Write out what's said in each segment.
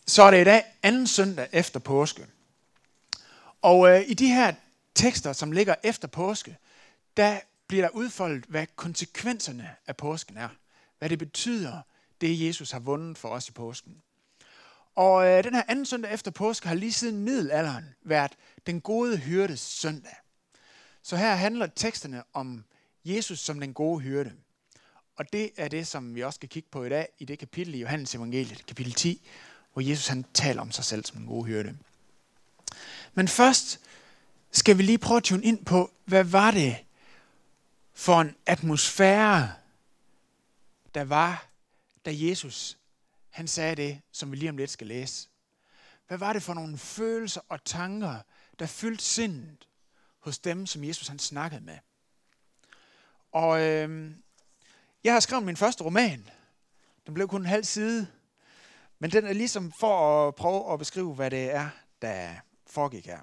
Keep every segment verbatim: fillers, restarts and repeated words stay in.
Så er det i dag anden søndag efter påske. Og øh, i de her tekster, som ligger efter påske, der bliver der udfoldet, hvad konsekvenserne af påsken er. Hvad det betyder, det Jesus har vundet for os i påsken. Og øh, den her anden søndag efter påske har lige siden middelalderen været den gode hyrdes søndag. Så her handler teksterne om Jesus som den gode hyrde. Og det er det, som vi også skal kigge på i dag i det kapitel i Johannes evangeliet, kapitel ti, hvor Jesus han taler om sig selv som en god hyrde. Men først skal vi lige prøve at tune ind på, hvad var det for en atmosfære, der var, da Jesus han sagde det, som vi lige om lidt skal læse. Hvad var det for nogle følelser og tanker, der fyldte sindet hos dem, som Jesus han snakkede med? Og øh, jeg har skrevet min første roman. Den blev kun en halv side. Men den er ligesom for at prøve at beskrive, hvad det er, der foregik her.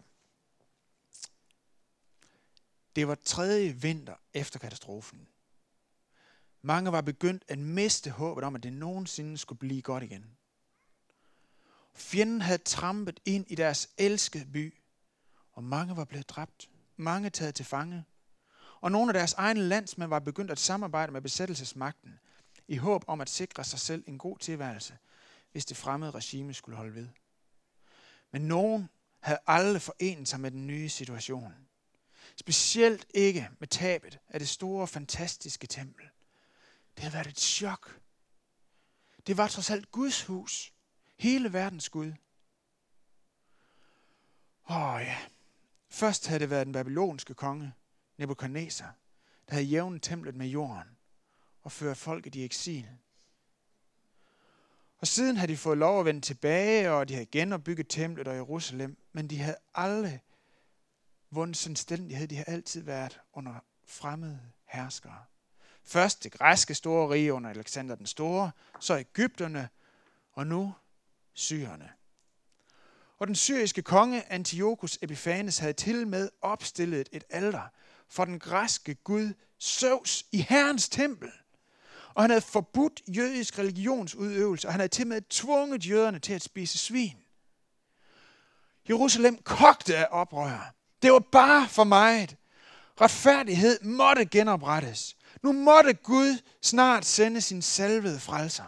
Det var tredje vinter efter katastrofen. Mange var begyndt at miste håbet om, at det nogensinde skulle blive godt igen. Fjenden havde trampet ind i deres elskede by, og mange var blevet dræbt. Mange taget til fange. Og nogle af deres egne landsmænd var begyndt at samarbejde med besættelsesmagten, i håb om at sikre sig selv en god tilværelse, hvis det fremmede regime skulle holde ved. Men nogen havde aldrig forenet sig med den nye situation. Specielt ikke med tabet af det store, fantastiske tempel. Det havde været et chok. Det var trods alt Guds hus. Hele verdens Gud. Åh ja. Først havde det været den babylonske konge, Nebukadnesar, der havde jævnet templet med jorden og ført folket i eksil. Og siden havde de fået lov at vende tilbage, og de havde genopbygget templet og Jerusalem, men de havde aldrig vundet selvstændighed. De havde altid været under fremmede herskere. Først det græske store rige under Alexander den Store, så Egypterne, og nu syrerne. Og den syriske konge Antiochus Epiphanes havde til med opstillet et alter for den græske gud Zeus i Herrens tempel. Og han havde forbudt jødisk religionsudøvelse, og han havde til med tvunget jøderne til at spise svin. Jerusalem kogte af oprør. Det var bare for meget. Retfærdighed måtte genoprettes. Nu måtte Gud snart sende sin salvede frelser.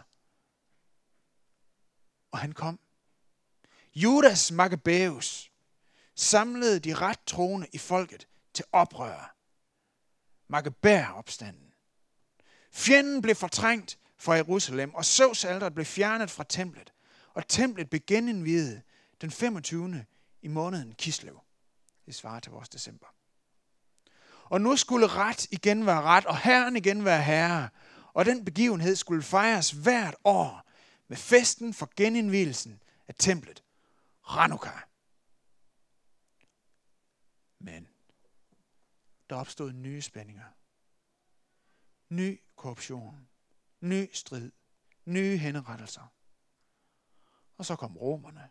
Og han kom. Judas Makkabæus samlede de ret troende i folket til oprør. Makkabæeropstanden. Fjenden blev fortrængt fra Jerusalem, og Zeus-alteret blev fjernet fra templet, og templet blev genindviet den femogtyvende i måneden Kislev. Det svarer til vores december. Og nu skulle ret igen være ret, og Herren igen være herre, og den begivenhed skulle fejres hvert år med festen for genindvielsen af templet, Chanukka. Men der opstod nye spændinger. Ny korruption, ny strid, nye henrettelser. Og så kom romerne.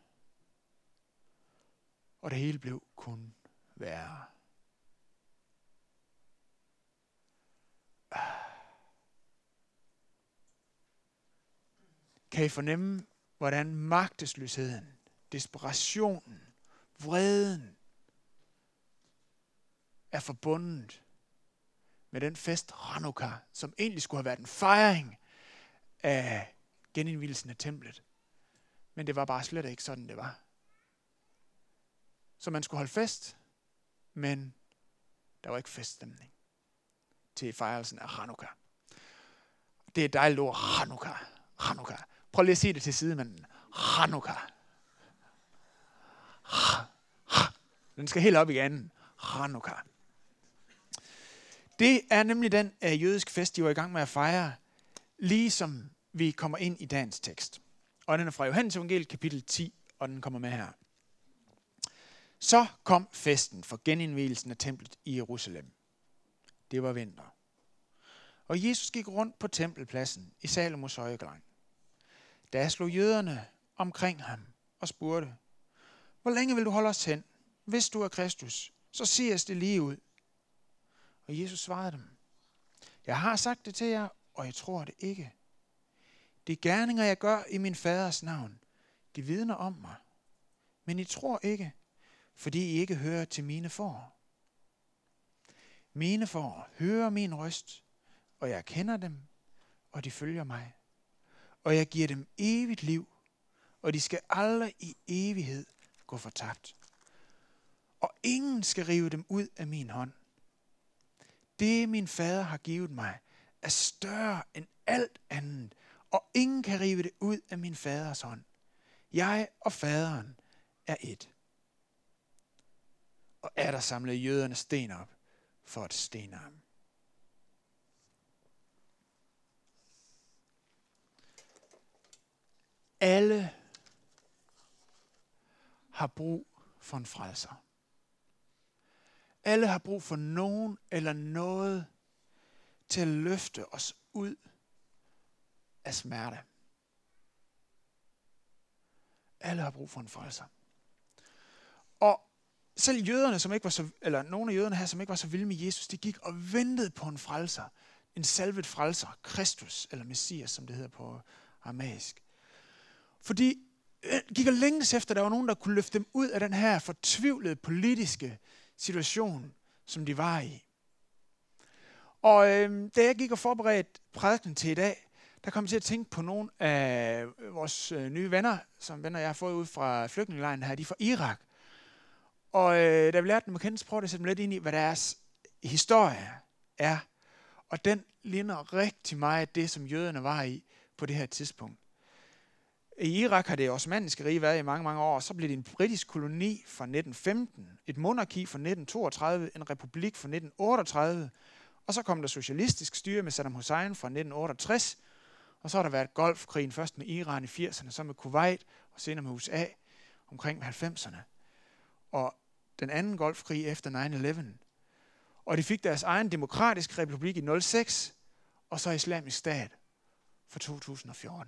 Og det hele blev kun værre. Kan I fornemme, hvordan magtesløsheden, desperationen, vreden er forbundet med den fest Chanukka, som egentlig skulle have været en fejring af genindvielsen af templet. Men det var bare slet ikke sådan, det var. Så man skulle holde fest, men der var ikke feststemning til fejrelsen af Chanukka. Det er et dejligt ord, Chanukka. Chanukka. Prøv lige at sige det til sidemanden. Chanukka. Den skal helt op igen. Chanukka. Det er nemlig den uh, jødiske fest, de var i gang med at fejre, ligesom vi kommer ind i dagens tekst. Og den er fra Johannes evangeliet kapitel ti, og den kommer med her. Så kom festen for genindvielsen af templet i Jerusalem. Det var vinter. Og Jesus gik rundt på tempelpladsen i Salomos højeklang. Der slog jøderne omkring ham og spurgte, hvor længe vil du holde os hen? Hvis du er Kristus, så sig os det lige ud. Og Jesus svarede dem, jeg har sagt det til jer, og jeg tror det ikke. De gerninger, jeg gør i min faders navn, de vidner om mig. Men I tror ikke, fordi I ikke hører til mine får. Mine får hører min røst, og jeg kender dem, og de følger mig. Og jeg giver dem evigt liv, og de skal aldrig i evighed gå fortabt. Og ingen skal rive dem ud af min hånd. Det min fader har givet mig, er større end alt andet, og ingen kan rive det ud af min faders hånd. Jeg og faderen er et. Og er der samlet jøderne sten op for at stene ham. Alle har brug for en frelser. Alle har brug for nogen eller noget til at løfte os ud af smerte. Alle har brug for en frelser. Og selv jøderne, som ikke var så, eller nogle af jøderne her, som ikke var så vilde med Jesus, de gik og ventede på en frelser. En salvet frelser, Kristus, eller Messias, som det hedder på aramæisk. Fordi de gik og længes efter, der var nogen, der kunne løfte dem ud af den her fortvivlede politiske situation, som de var i. Og øh, da jeg gik og forberedte prædiken til i dag, der kom jeg til at tænke på nogle af vores øh, nye venner, som venner jeg har fået ud fra flygtningelejren her, de er fra Irak. Og øh, da vi lærte dem at kende, så prøvede jeg at sætte dem lidt ind i, hvad deres historie er. Og den ligner rigtig meget det, som jøderne var i på det her tidspunkt. I Irak har det osmanniske rige været i mange, mange år. Så blev det en britisk koloni fra nitten femten, et monarki fra nitten toogtredive, en republik fra nitten otteogtredive, og så kom der socialistisk styre med Saddam Hussein fra nitten otteogtres, og så har der været Golfkrigen, først med Iran i firserne, så med Kuwait, og senere med U S A omkring halvfemserne. Og den anden Golfkrig efter nine eleven. Og de fik deres egen demokratiske republik i nul seks, og så Islamisk Stat for to tusind og fjorten.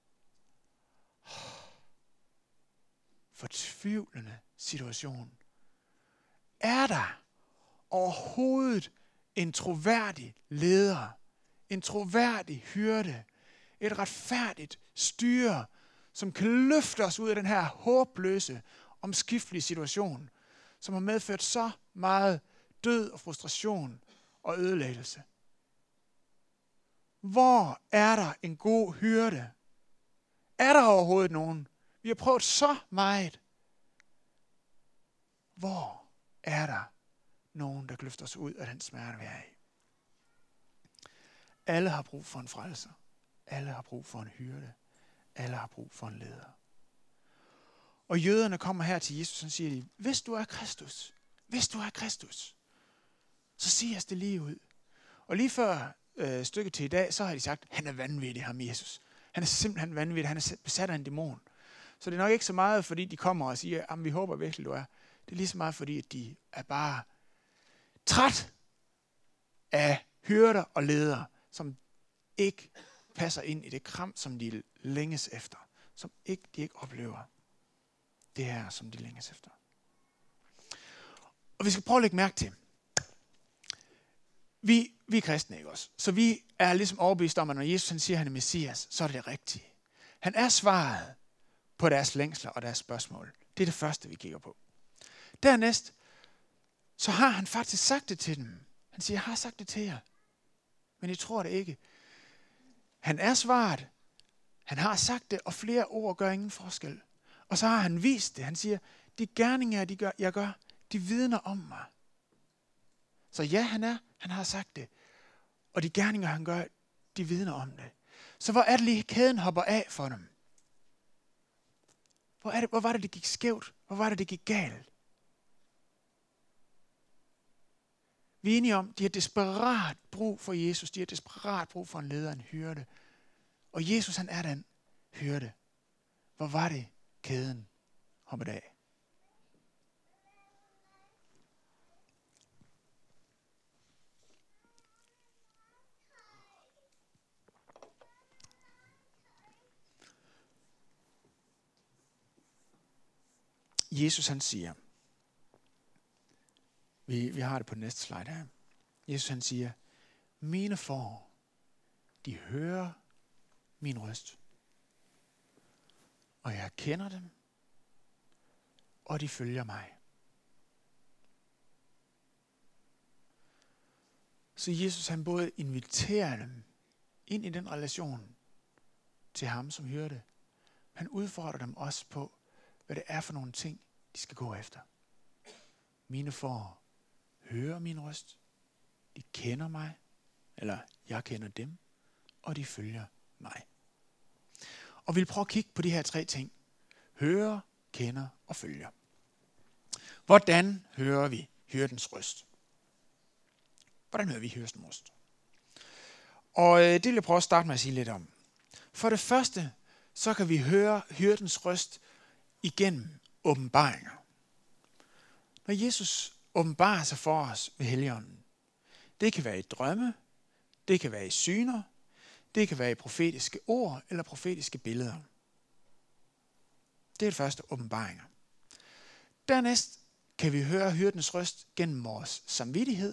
Fortvivlende situation. Er der overhovedet en troværdig leder, en troværdig hyrde, et retfærdigt styre, som kan løfte os ud af den her håbløse, omskiftelige situation, som har medført så meget død og frustration og ødelæggelse? Hvor er der en god hyrde? Er der overhovedet nogen? Vi har prøvet så meget. Hvor er der nogen, der løfter os ud af den smerte, vi er i? Alle har brug for en frelser. Alle har brug for en hyrde. Alle har brug for en leder. Og jøderne kommer her til Jesus, og siger de, hvis du er Kristus, hvis du er Kristus, så sig os det lige ud. Og lige før øh, stykket til i dag, så har de sagt, han er vanvittig, ham Jesus. Han er simpelthen vanvittig, han er besat af en dæmon. Så det er nok ikke så meget, fordi de kommer og siger, at vi håber virkelig, du er. Det er lige så meget, fordi at de er bare træt af hyrder og ledere, som ikke passer ind i det kram, som de længes efter. Som ikke, de ikke oplever det her, som de længes efter. Og vi skal prøve at lægge mærke til. Vi, vi er kristne, ikke også? Så vi er ligesom overbevist om, at når Jesus han siger, at han er Messias, så er det det rigtige. Han er svaret på deres længsler og deres spørgsmål. Det er det første, vi kigger på. Dernæst, så har han faktisk sagt det til dem. Han siger, jeg har sagt det til jer, men I tror det ikke. Han er svaret. Han har sagt det, og flere ord gør ingen forskel. Og så har han vist det. Han siger, de gerninger, de gør, jeg gør, de vidner om mig. Så ja, han er. Han har sagt det. Og de gerninger, han gør, de vidner om det. Så hvor er det lige, kæden hopper af for dem? Hvor, er det, hvor var det, det gik skævt? Hvor var det, det gik galt? Vi er enige om, de har desperat brug for Jesus. De har desperat brug for en leder, en hyrde. Og Jesus, han er den hyrde. Hvor var det, kæden hoppede af? Jesus han siger, vi, vi har det på den næste slide her. Jesus han siger, mine får, de hører min røst. og jeg kender dem, og de følger mig. Så Jesus han både inviterer dem ind i den relation til ham som hyrde, han udfordrer dem også på, hvad det er for nogle ting, de skal gå efter. Mine får høre min røst, de kender mig, eller jeg kender dem, og de følger mig. Og vi vil prøve at kigge på de her tre ting. Høre, kender og følger. Hvordan hører vi hyrdens røst? Hvordan hører vi hyrdens røst? Og det vil jeg prøve at starte med at sige lidt om. For det første, så kan vi høre hyrdens røst igennem åbenbaringer. Når Jesus åbenbarer sig for os ved Helligånden, det kan være i drømme, det kan være i syner, det kan være i profetiske ord eller profetiske billeder. Det er det første, åbenbaringer. Dernæst kan vi høre hyrdens røst gennem vores samvittighed.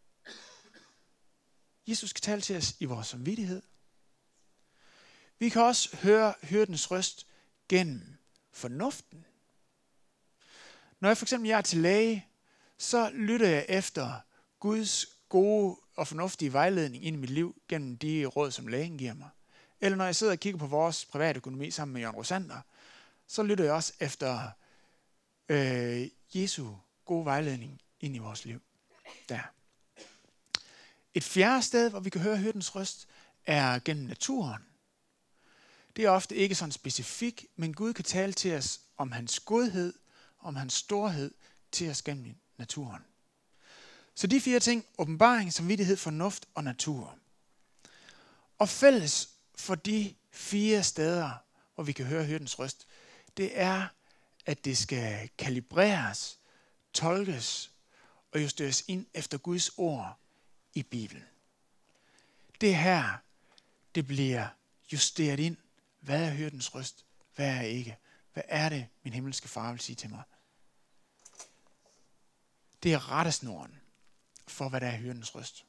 Jesus kan tale til os i vores samvittighed. Vi kan også høre hyrdens røst gennem fornuften. Når jeg for eksempel jeg er til læge, så lytter jeg efter Guds gode og fornuftige vejledning ind i mit liv gennem de råd, som lægen giver mig. Eller når jeg sidder og kigger på vores privatøkonomi sammen med Jørgen Rosander, så lytter jeg også efter øh, Jesu gode vejledning ind i vores liv. Der. Et fjerde sted, hvor vi kan høre hyrdens røst, er gennem naturen. Det er ofte ikke sådan specifik, men Gud kan tale til os om hans godhed, om hans storhed til os gennem naturen. Så de fire ting, åbenbaring, samvittighed, fornuft og natur. Og fælles for de fire steder, hvor vi kan høre hyrdens røst, det er, at det skal kalibreres, tolkes og justeres ind efter Guds ord i Bibelen. Det her, det bliver justeret ind. Hvad er hyrdens røst? Hvad er ikke? Hvad er det, min himmelske far vil sige til mig? Det er rettesnoren for, hvad der er hyrdens røst.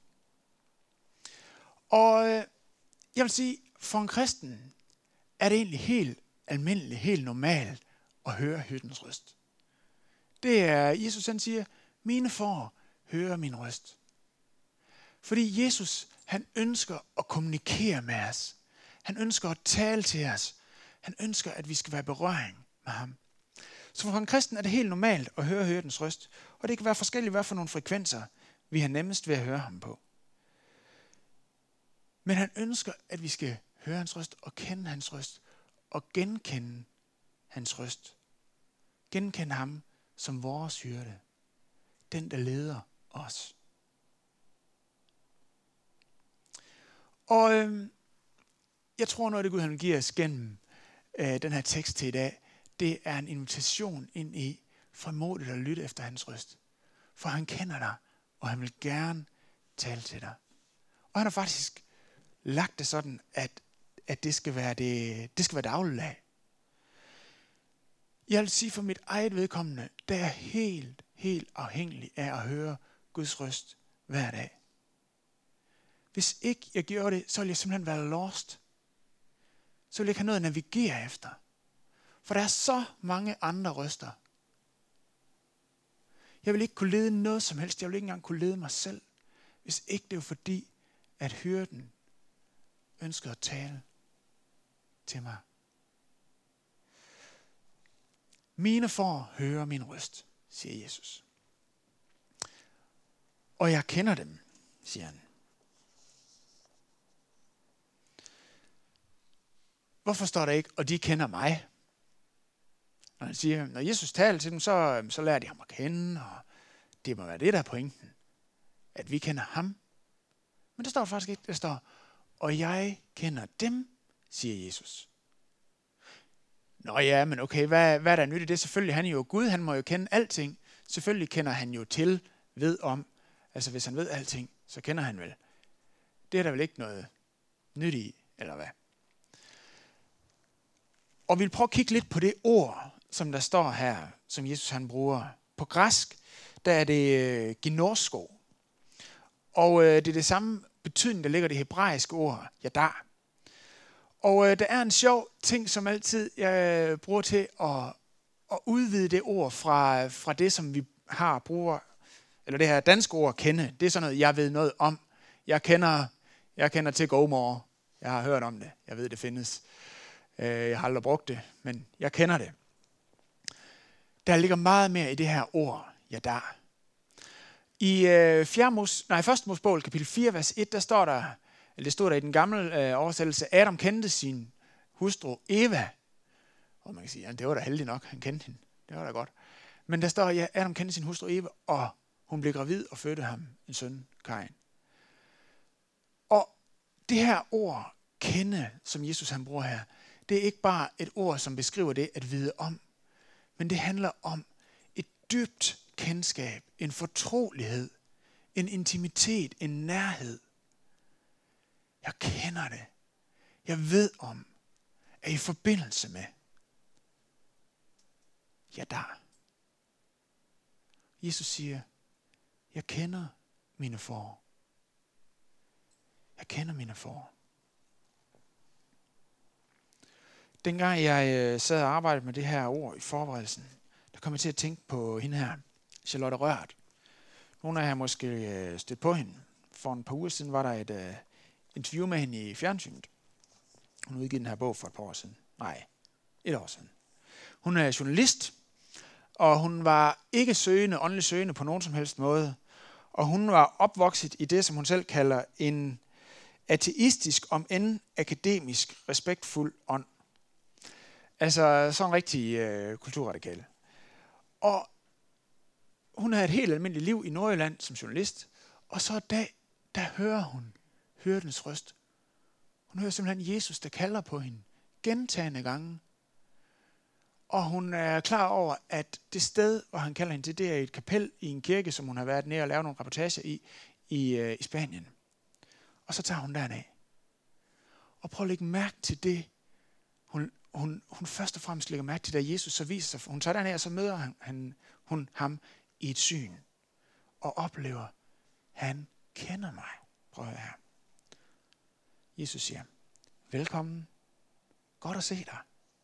Og jeg vil sige, for en kristen er det egentlig helt almindeligt, helt normalt at høre hyrdens røst. Det er, Jesus han siger, mine får høre min røst. Fordi Jesus, han ønsker at kommunikere med os. Han ønsker at tale til os. Han ønsker, at vi skal være i berøring med ham. Så for en kristen er det helt normalt at høre hyrdens røst. Og det kan være forskelligt, hvad for nogle frekvenser vi har nemmest ved at høre ham på. Men han ønsker, at vi skal høre hans røst og kende hans røst og genkende hans røst. Genkende ham som vores hyrde. Den, der leder os. Og øh, jeg tror, noget af det Gud han giver os gennem øh, den her tekst til i dag, det er en invitation ind i frimodigt at lytte efter hans røst. For han kender dig, og han vil gerne tale til dig. Og han har faktisk lagt det sådan, at, at det skal være det, det skal være dagligdag. Jeg vil sige for mit eget vedkommende, der er helt, helt afhængig af at høre Guds røst hver dag. Hvis ikke jeg gjorde det, så ville jeg simpelthen være lost. Så ville jeg ikke have noget at navigere efter. For der er så mange andre røster. Jeg vil ikke kunne lede noget som helst. Jeg vil ikke engang kunne lede mig selv. Hvis ikke det var fordi, at hyrden ønskede at tale til mig. Mine får høre min røst, siger Jesus. Og jeg kender dem, siger han. Hvorfor står der ikke, og de kender mig? Når han siger, når Jesus taler til dem, så, så lærer de ham at kende, og det må være det, der er pointen. At vi kender ham. Men der står faktisk ikke, der står, og jeg kender dem, siger Jesus. Nå ja, men okay, hvad, hvad er der nyt i det? Selvfølgelig, han er jo Gud, han må jo kende alting. Selvfølgelig kender han jo til, ved om. Altså hvis han ved alting, så kender han vel. Det er der vel ikke noget nyt i, eller hvad? Og vi vil prøve at kigge lidt på det ord, som der står her, som Jesus han bruger. På græsk, der er det ginosko. Og det er det samme betydning, der ligger i det hebraiske ord, yadar. Og øh, der er en sjov ting, som altid jeg bruger til at, at udvide det ord fra, fra det, som vi har bruger, eller det her danske ord, kende. Det er sådan noget, jeg ved noget om. Jeg kender, jeg kender til GoMore. Jeg har hørt om det. Jeg ved, det findes. Jeg har aldrig brugt det, men jeg kender det. Der ligger meget mere i det her ord, ja der. I øh, Mos, nej, første Mosebog, kapitel fire, vers et, der står der, eller det stod der i den gamle øh, oversættelse, Adam kendte sin hustru Eva. Og man kan sige, ja, det var da heldig nok, han kendte hende. Det var da godt. Men der står, ja, Adam kendte sin hustru Eva, og hun blev gravid og fødte ham en søn, Kain. Og det her ord, kende, som Jesus han bruger her, det er ikke bare et ord, som beskriver det at vide om, men det handler om et dybt kendskab, en fortrolighed, en intimitet, en nærhed. Jeg kender det. Jeg ved om, er i forbindelse med. Ja, der. Jesus siger, jeg kender mine får. Jeg kender mine får. Dengang jeg sad og arbejdede med det her ord i forberedelsen, der kom jeg til at tænke på hende her, Charlotte Rørt. Nogle af jer har måske stødt på hende. For en par uger siden var der et uh, interview med hende i fjernsynet. Hun udgivet den her bog for et par år siden. Nej, et år siden. Hun er journalist, og hun var ikke søgende, åndelig søgende på nogen som helst måde. Og hun var opvokset i det, som hun selv kalder en ateistisk, om end akademisk, respektfuld ånd. Altså sådan en rigtig øh, kulturradikal. Og hun havde et helt almindeligt liv i Nordjylland som journalist. Og så en dag, der hører hun hyrdens røst. Hun hører simpelthen Jesus, der kalder på hende gentagne gange. Og hun er klar over, at det sted, hvor han kalder hende til, det er et kapel i en kirke, som hun har været nede og lavet nogle reportager i, i, øh, i Spanien. Og så tager hun derned. Og prøv at lægge mærke til det, hun, hun, hun først og fremmest lægger mærke til, da Jesus så viser sig. Hun tager derned, og så møder han, han, hun ham i et syn. Og oplever, han kender mig. Prøv at høre her. Jesus siger, velkommen. Godt at se dig.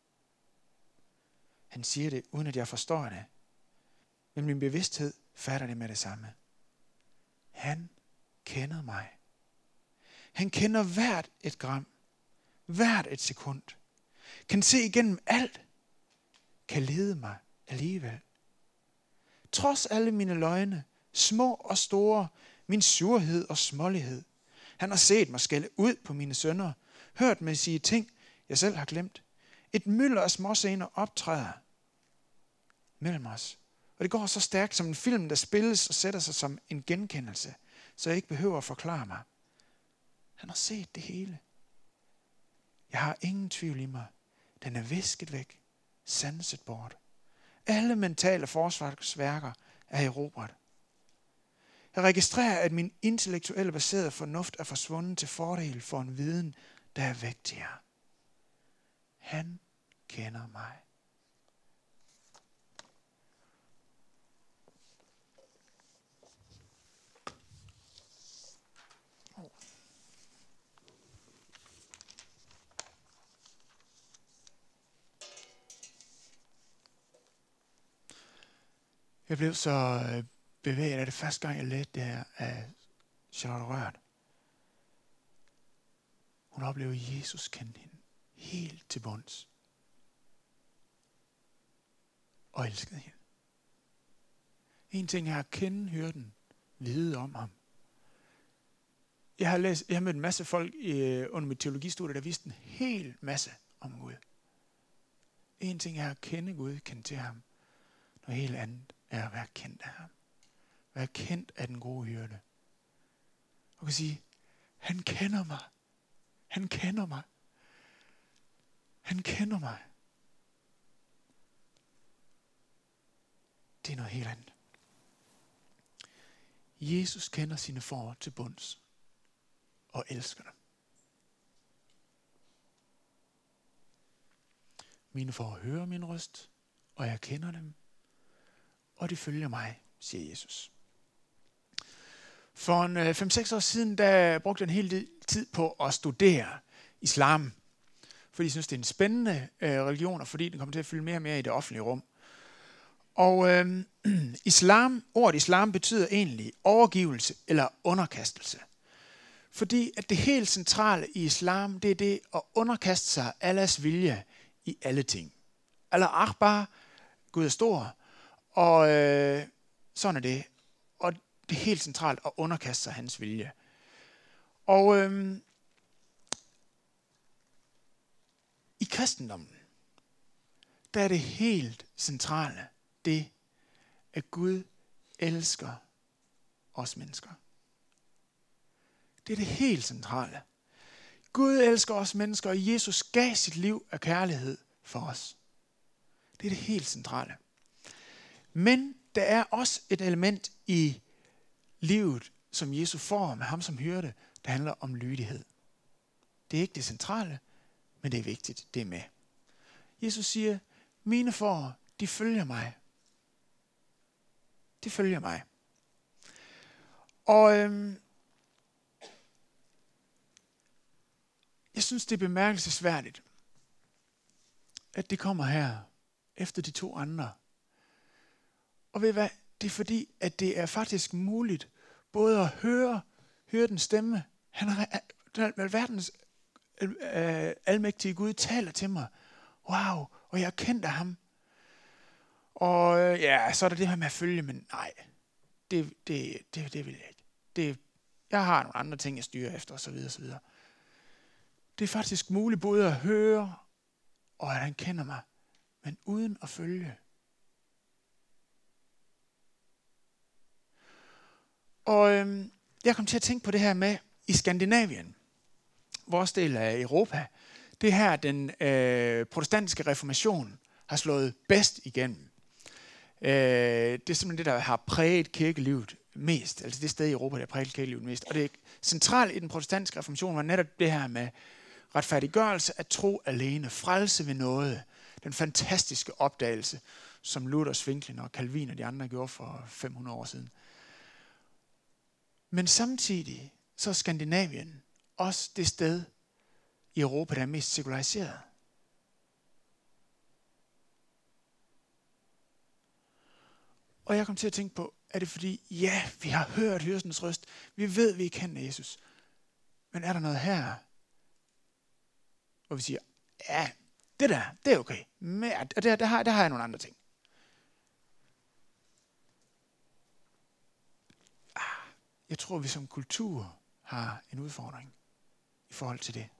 Han siger det, uden at jeg forstår det. Men min bevidsthed fatter det med det samme. Han kender mig. Han kender hvert et gram, hvert et sekund. Kan se igennem alt. Kan lede mig alligevel. Trods alle mine løgne, små og store, min surhed og smålighed. Han har set mig skælde ud på mine sønner, hørt mig sige ting, jeg selv har glemt. Et mylder af småscener optræder mellem os. Og det går så stærkt som en film, der spilles og sætter sig som en genkendelse, så jeg ikke behøver at forklare mig. Han har set det hele. Jeg har ingen tvivl i mig. Den er visket væk, sanset bort. Alle mentale forsvarsværker er erobret. Jeg registrerer, at min intellektuelle baserede fornuft er forsvundet til fordel for en viden, der er vægtigere. Han kender mig. Jeg blev så bevæget af det første gang, jeg lærte det her af Charlotte Rørt. Hun oplevede, at Jesus kendte hende helt til bunds. Og elskede hende. En ting er at kende hyrden, vide om ham. Jeg har, læst, jeg har mødt en masse folk i, under mit teologistudie, der vidste en hel masse om Gud. En ting er at kende Gud, kende til ham. Noget helt andet er at være kendt af ham. Være kendt af den gode hyrde. Og kan sige, han kender mig. Han kender mig. Han kender mig. Det er noget helt andet. Jesus kender sine får til bunds og elsker dem. Mine får hører min røst, og jeg kender dem, og de følger mig, siger Jesus. For en fem seks år siden, der brugte jeg en hel del tid på at studere islam. fordi de synes, det er en spændende øh, religion, og fordi den kommer til at fylde mere og mere i det offentlige rum. Og øh, islam, ordet islam betyder egentlig overgivelse eller underkastelse. Fordi at det helt centrale i islam, det er det at underkaste sig Allahs vilje i alle ting. Allah Akbar, Gud er stor, og øh, sådan er det. Og det er helt centralt at underkaste sig hans vilje. Og øh, i kristendommen, der er det helt centrale, det at Gud elsker os mennesker. Det er det helt centrale. Gud elsker os mennesker, og Jesus gav sit liv af kærlighed for os. Det er det helt centrale. Men der er også et element i livet, som Jesus får med ham som hyrde, der handler om lydighed. Det er ikke det centrale, men det er vigtigt, det er med. Jesus siger, mine får, de følger mig. De følger mig. Og øhm, jeg synes, det er bemærkelsesværdigt, at det kommer her, efter de to andre. Og ved I hvad? Det er fordi, at det er faktisk muligt, både at høre, høre den stemme. Han er, den verdens øh, almægtige Gud taler til mig. Wow, og jeg er kendt af ham. Og øh, ja, så er der det her med at følge, men nej, det, det, det, det vil jeg ikke. Det, jeg har nogle andre ting, jeg styrer efter, osv. osv. Det er faktisk muligt både at høre, og at han kender mig, men uden at følge. Og øhm, jeg kom til at tænke på det her med i Skandinavien, vores del af Europa. Det her, den øh, protestantiske reformation har slået bedst igennem. Øh, det er simpelthen det, der har præget kirkelivet mest. Altså det sted i Europa, der har præget kirkelivet mest. Og det er centralt i den protestantiske reformation var netop det her med retfærdiggørelse af tro alene, frelse ved noget. Den fantastiske opdagelse, som Luther, Zwingli og Calvin og de andre gjorde for fem hundrede år siden. Men samtidig så er Skandinavien også det sted i Europa, der er mest sekulariseret. Og jeg kom til at tænke på, er det fordi, ja, vi har hørt hyrdens røst, vi ved, vi kender Jesus. Men er der noget her, hvor vi siger, ja, det der, det er okay. Men, og der, der, har, der har jeg nogle andre ting. Jeg tror, vi som kultur har en udfordring i forhold til det.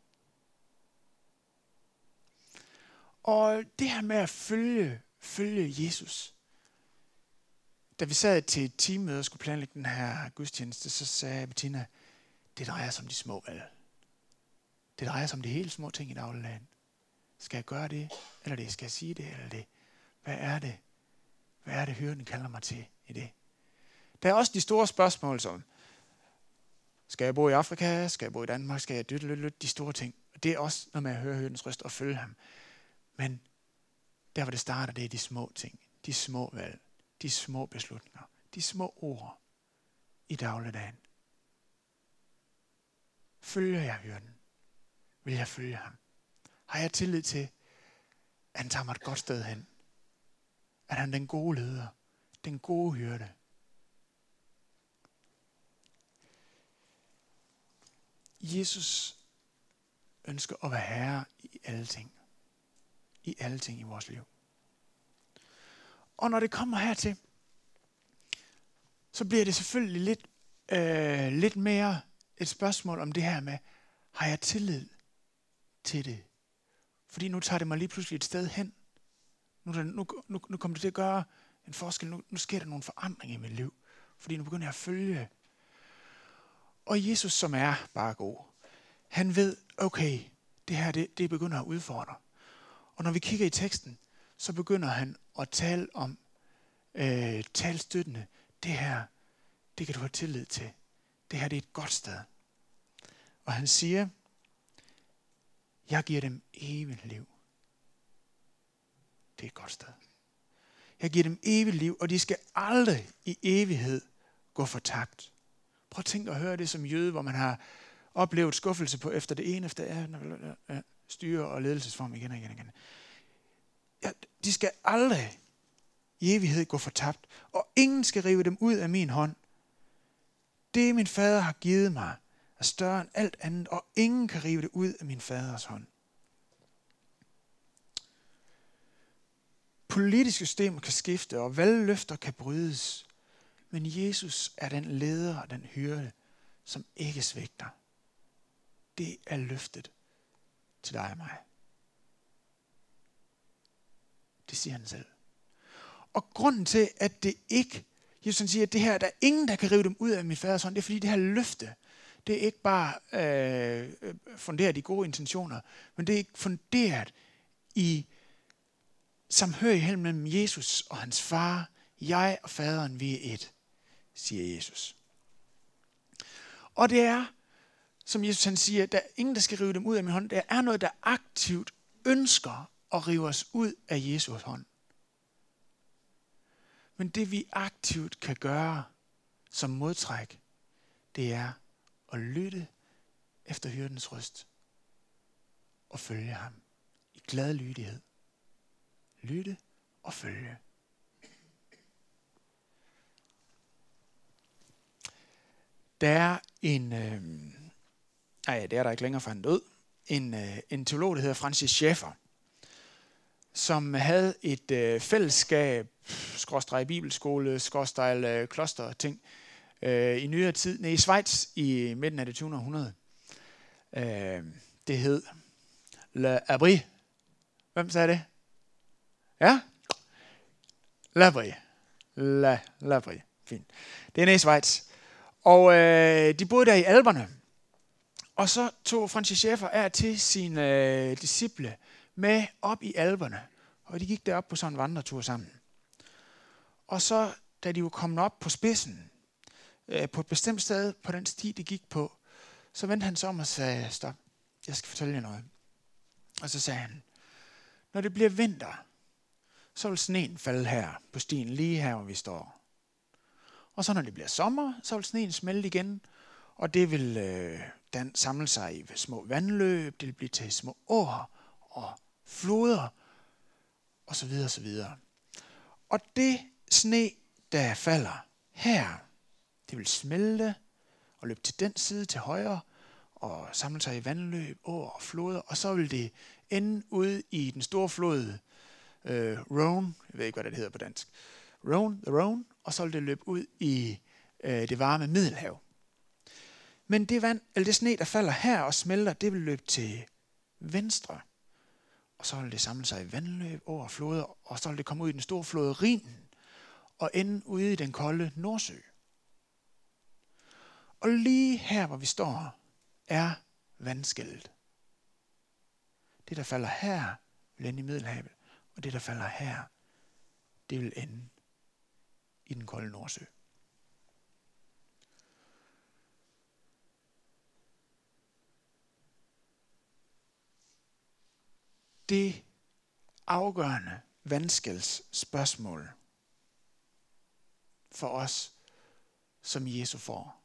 Og det her med at følge, følge Jesus. Da vi sad til et teammøde og skulle planlægge den her gudstjeneste, så sagde Bettina, det drejer sig om de små valg. Det drejer sig om de helt små ting i dagligdagen. Skal jeg gøre det, eller det? Skal jeg sige det, eller det? Hvad er det? Hvad er det, hyrden kalder mig til i det? Der er også de store spørgsmål som, skal jeg bo i Afrika? Skal jeg bo i Danmark? Skal jeg dytte, lytte, de store ting? Det er også noget med at høre hyrdens røst og følge ham. Men der, hvor det starter, det er de små ting. De små valg. De små beslutninger. De små ord i dagligdagen. Følger jeg hyrden? Vil jeg følge ham? Har jeg tillid til, at han tager mig et godt sted hen? At han er den gode leder? Den gode hyrde? Jesus ønsker at være herre i alle ting. I alle ting i vores liv. Og når det kommer hertil, så bliver det selvfølgelig lidt, øh, lidt mere et spørgsmål om det her med, har jeg tillid til det? Fordi nu tager det mig lige pludselig et sted hen. Nu, nu, nu, nu kommer det til at gøre en forskel. Nu, nu sker der nogle forandringer i mit liv. Fordi nu begynder jeg at følge. Og Jesus, som er bare god, han ved, okay, det her det, det begynder at udfordre. Og når vi kigger i teksten, så begynder han at tale om, øh, tale støttende, det her, det kan du have tillid til. Det her, det er et godt sted. Og han siger, jeg giver dem evigt liv. Det er et godt sted. Jeg giver dem evigt liv, og de skal aldrig i evighed gå fortabt. Prøv at tænke at høre det som jøde, hvor man har oplevet skuffelse på efter det ene efter det andet. styre og ledelsesform igen og igen og igen. Ja, de skal aldrig i evighed gå fortabt, og ingen skal rive dem ud af min hånd. Det, min fader har givet mig, er større end alt andet, og ingen kan rive det ud af min faders hånd. Politiske systemer kan skifte, og valgløfter kan brydes, men Jesus er den leder og den hyrde, som ikke svigter. Det er løftet til dig og mig. Det siger han selv. Og grunden til, at det ikke, Jesus siger, at det her, der er ingen, der kan rive dem ud af min faders hånd, det er fordi det her løfte, det er ikke bare øh, funderet i gode intentioner, men det er ikke funderet i samhørighed mellem Jesus og hans far. Jeg og faderen, vi er et, siger Jesus. Og det er, som Jesus han siger, der er ingen, der skal rive dem ud af min hånd. Der er noget, der aktivt ønsker at rive os ud af Jesus hånd. Men det vi aktivt kan gøre som modtræk, det er at lytte efter hyrdens røst og følge ham i glad lydighed. Lytte og følge. Der er en, øh, nej, det er der ikke længere fra en død, en, øh, en teolog, der hedder Francis Schaeffer, som havde et øh, fællesskab, skråstreg bibelskole, skråstreg øh, kloster ting, øh, i nyere tid, nede i Schweiz i midten af det tyvende århundrede. Øh, det hed Le Abri. Hvem sagde det? Ja? L'Abri. La, L'Abri. Fint. Det er nede i Schweiz. Og øh, de boede der i Alperne. Og så tog Francis Schaeffer af til sine øh, disciple med op i Alperne. Og de gik derop på sådan en vandretur sammen. Og så, da de var kommet op på spidsen, øh, på et bestemt sted på den sti, de gik på, så vendte han sig om og sagde, stop, jeg skal fortælle jer noget. Og så sagde han, når det bliver vinter, så vil sneen falde her på stien, lige her, hvor vi står. Og så når det bliver sommer, så vil sneen smelte igen, og det vil øh, den samle sig i små vandløb, det vil blive til små åer og floder, og så videre, og så videre. Og det sne, der falder her, det vil smelte og løbe til den side til højre, og samle sig i vandløb, åer og floder, og så vil det ende ude i den store flod, øh, Rhone, jeg ved ikke, hvad det hedder på dansk, Rhone, the Rhone, og så vil det løbe ud i øh, det varme Middelhav. Men det vand, eller det sne, der falder her og smelter, det vil løbe til venstre, og så vil det samle sig i vandløb, åer og floder, og så vil det komme ud i den store flod Rhinen, og ende ude i den kolde Nordsø. Og lige her, hvor vi står, er vandskældet. Det, der falder her, vil ende i Middelhavet, og det, der falder her, det vil ende i den kolde Nordsø. Det afgørende vandskældsspørgsmål for os, som Jesu får,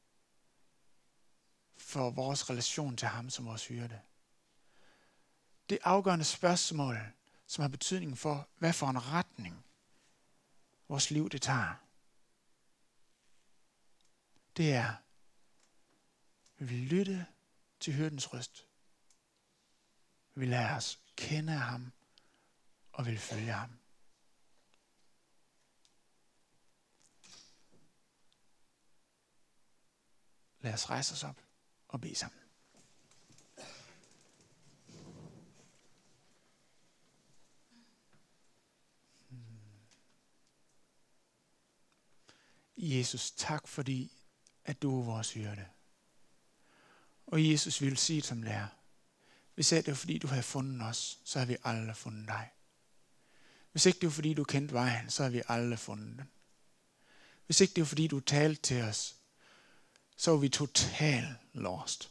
for vores relation til ham som vores hyrde. Det afgørende spørgsmål, som har betydning for, hvad for en retning vores liv det tager, det er, vi vil lytte til hyrdens røst. Vi vil lade os kende af ham, og vil følge ham. Lad os rejse os op og bede sammen. Jesus, tak fordi, at du er vores hyrde. Og Jesus vil sige som lærer, hvis ikke det var fordi, du havde fundet os, så havde vi aldrig fundet dig. Hvis ikke det var fordi, du kendte vejen, så havde vi aldrig fundet den. Hvis ikke det var fordi, du talte til os, så var vi totalt lost.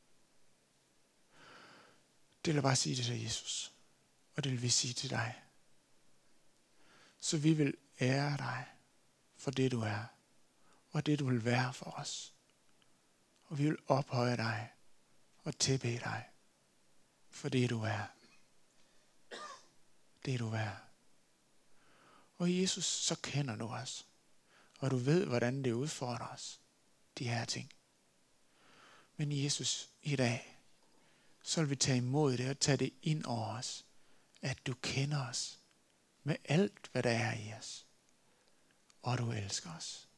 Det vil jeg bare sige det til Jesus, og det vil vi sige til dig. Så vi vil ære dig for det, du er, og det, du vil være for os. Og vi vil ophøje dig og tilbede dig. for det du er. Det du er. Og Jesus, så kender du os. Og du ved, hvordan det udfordrer os. De her ting. Men Jesus, i dag, så vil vi tage imod det og tage det ind over os. At du kender os med alt, hvad der er i os. Og du elsker os.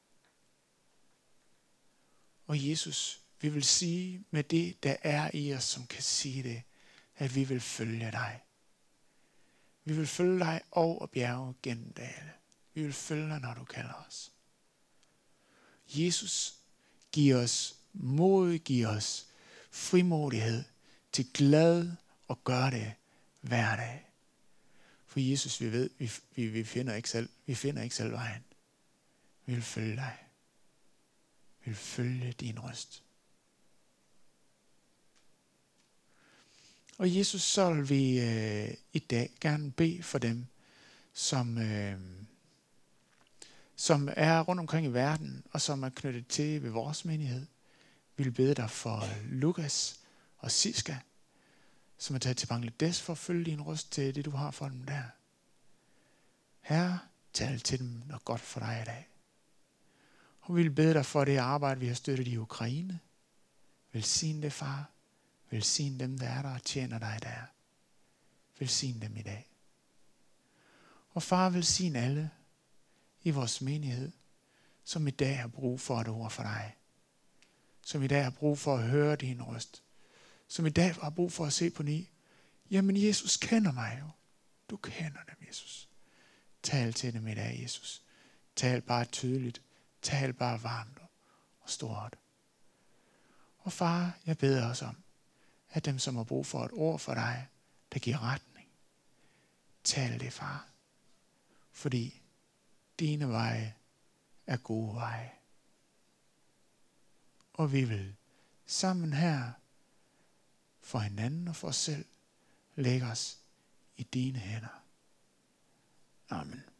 Og Jesus, vi vil sige med det, der er i os, som kan sige det, at vi vil følge dig. Vi vil følge dig over bjerge gennem dale. Vi vil følge dig, når du kalder os. Jesus, giv os mod, giv os frimodighed til glad og gøre det hver dag. For Jesus, vi ved, vi, vi, vi finder ikke selv, vi finder ikke selv vejen. Vi vil følge dig. Vi vil følge din røst. Og Jesus, så vil vi øh, i dag gerne bede for dem, som, øh, som er rundt omkring i verden, og som er knyttet til ved vores menighed. Vi vil bede dig for Lukas og Siska, som er taget til Bangladesh for at følge din røst til det, du har for dem der. Herre, tal til dem noget godt for dig i dag. Og vi vil bede dig for det arbejde, vi har støttet i Ukraine. Velsign det, far. Velsign dem, der er der og tjener dig der. Velsign dem i dag. Og far, velsign alle i vores menighed, som i dag har brug for et ord for dig. Som i dag har brug for at høre din røst. Som i dag har brug for at se på ny. Jamen, Jesus kender mig jo. Du kender dem, Jesus. Tal til dem i dag, Jesus. Tal bare tydeligt. Tal bare varmt og stort. Og far, jeg beder os om, at dem, som har brug for et ord for dig, der giver retning, tal det, far. Fordi dine veje er gode veje. Og vi vil sammen her for hinanden og for os selv lægge os i dine hænder. Amen.